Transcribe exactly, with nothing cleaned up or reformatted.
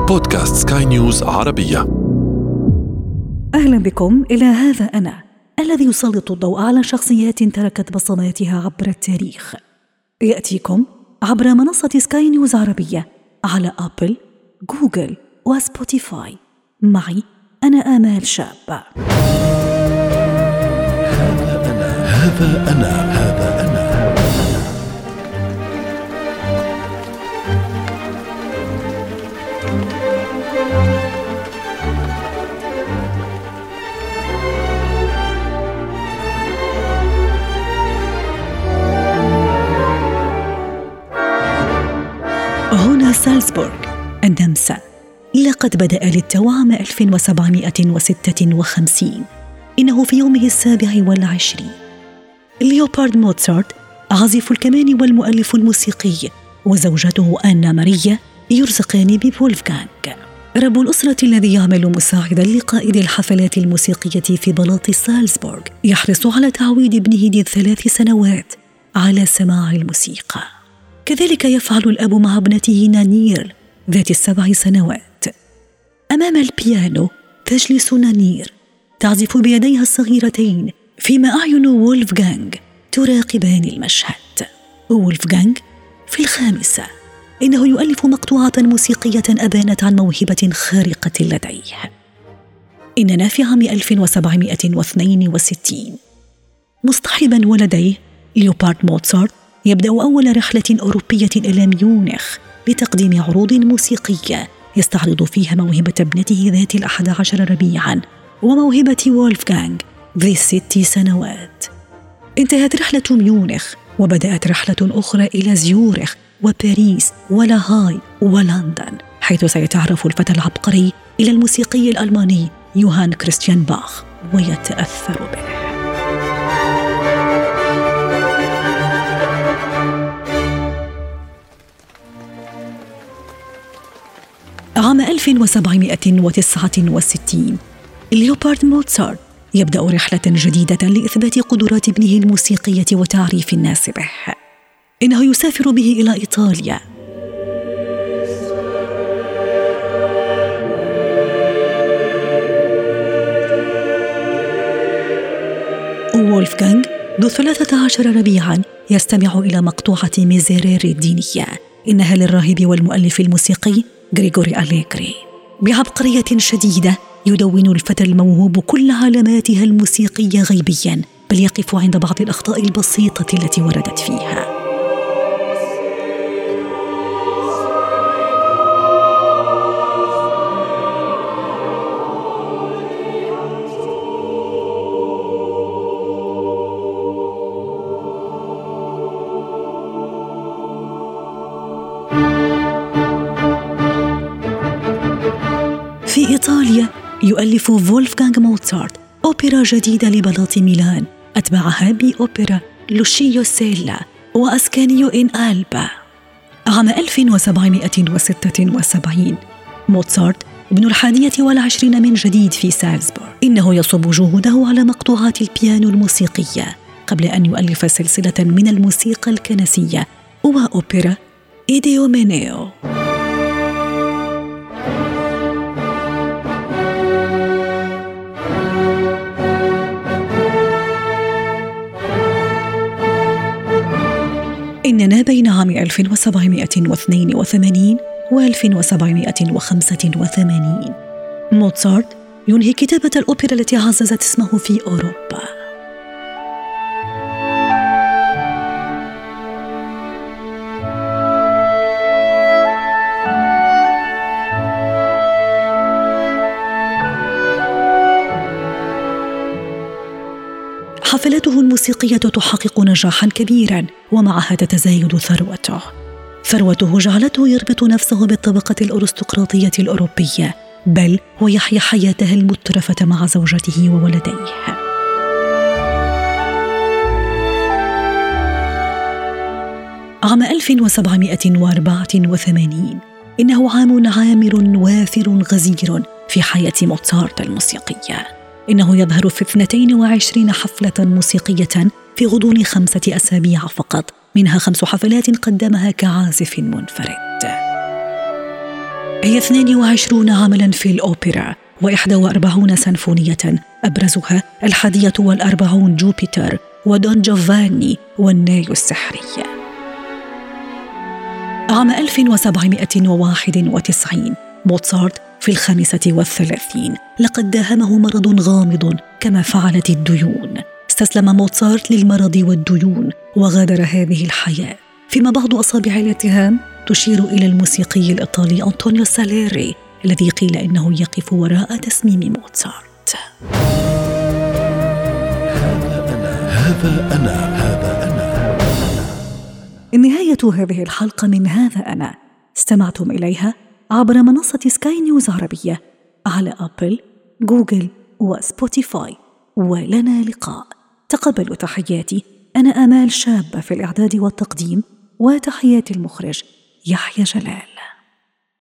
بودكاست سكاي نيوز عربية. أهلا بكم إلى هذا أنا الذي يسلط الضوء على شخصيات تركت بصماتها عبر التاريخ. يأتيكم عبر منصة سكاي نيوز عربية على أبل، جوجل وسبوتيفاي. معي أنا آمال شاب. هذا أنا هذا أنا هذا أنا هنا سالزبورغ، النمسا. لقد بدأ للتو عام ألف وسبعمائة وستة وخمسين. إنه في يومه السابع والعشرين. ليوبارد موتسارت عازف الكمان والمؤلف الموسيقي وزوجته آنا ماريا يرزقان بفولفغانغ رب الأسرة الذي يعمل مساعدا لقائد الحفلات الموسيقية في بلاط سالزبورغ، يحرص على تعويد ابنه ذي الثلاث سنوات على سماع الموسيقى. كذلك يفعل الأب مع ابنته نانير ذات السبع سنوات. أمام البيانو تجلس نانير تعزف بيديها الصغيرتين، فيما أعين وولفغانغ تراقبان المشهد. وولفغانغ في الخامسة، إنه يؤلف مقطوعة موسيقية أبانت عن موهبة خارقة لديه. إننا في عام ألف وسبعمائة واثنين وستين. مصطحبا ولديه، ليوبارد موتسارت يبدأ أول رحلة أوروبية إلى ميونخ لتقديم عروض موسيقية يستعرض فيها موهبة ابنته ذات الأحد عشر ربيعاً وموهبة وولفغانغ ذي الست سنوات. انتهت رحلة ميونخ وبدأت رحلة أخرى إلى زيورخ وباريس ولاهاي ولندن، حيث سيتعرف الفتى العبقري إلى الموسيقي الألماني يوهان كريستيان باخ ويتأثر به. عام ألف وسبعمائة وتسعة وستين. ليوبارد موتسارت يبدأ رحلة جديدة لإثبات قدرات ابنه الموسيقية وتعريف الناس به. إنه يسافر به إلى إيطاليا. وولفغانغ ذو ثلاثة عشر ربيعاً يستمع إلى مقطوعة ميزيريري الدينية، إنها للراهب والمؤلف الموسيقي غريغوري أليغري. بعبقرية شديدة يدون الفتى الموهوب كل علاماتها الموسيقية غيبياً، بل يقف عند بعض الأخطاء البسيطة التي وردت فيها. في إيطاليا يؤلف وولفغانغ موتسارت أوبرا جديدة لبلاط ميلان، أتبعها بأوبرا لوشيو سيلا وأسكانيو إن ألبا. عام ألف وسبعمائة وستة وسبعين. موتسارت ابن الحادية والعشرين من جديد في سالزبورغ. إنه يصب جهوده على مقطوعات البيانو الموسيقية قبل أن يؤلف سلسلة من الموسيقى الكنسية وأوبرا إيديومينيو. إننا بين عام ألف وسبعمائة واثنين وثمانين وألف وسبعمائة وخمسة وثمانين. موتسارت ينهي كتابة الأوبرا التي عززت اسمه في أوروبا. حفلاته الموسيقية تحقق نجاحاً كبيراً، ومعها تتزايد ثروته. ثروته جعلته يربط نفسه بالطبقة الأرستقراطية الأوروبية، بل ويحيا حياته المترفة مع زوجته وولديه. عام ألف وسبعمائة وأربعة وثمانين. إنه عام عامر وافر غزير في حياة موتسارت الموسيقية. إنه يظهر في اثنتين وعشرين حفلة موسيقية في غضون خمسة أسابيع فقط، منها خمس حفلات قدمها كعازف منفرد. هي اثنين وعشرين عملاً في الأوبرا وإحدى وأربعين سيمفونية، أبرزها الحادية والأربعون جوبيتر ودون جوفاني والناي السحري. عام ألف وسبعمائة وواحد وتسعين موتسارت في الخامسة والثلاثين لقد داهمه مرض غامض كما فعلت الديون. استسلم موتسارت للمرض والديون وغادر هذه الحياة، فيما بعض أصابع الاتهام تشير إلى الموسيقي الإيطالي أنطونيو ساليري الذي قيل إنه يقف وراء تصميم موتسارت. هذا أنا هذا أنا نهاية هذه الحلقة من هذا أنا، استمعتم إليها عبر منصة سكاي نيوز عربية على أبل، جوجل وسبوتيفاي. ولنا لقاء. تقبلوا تحياتي، أنا آمال شابة في الإعداد والتقديم، وتحيات المخرج يحيى جلال.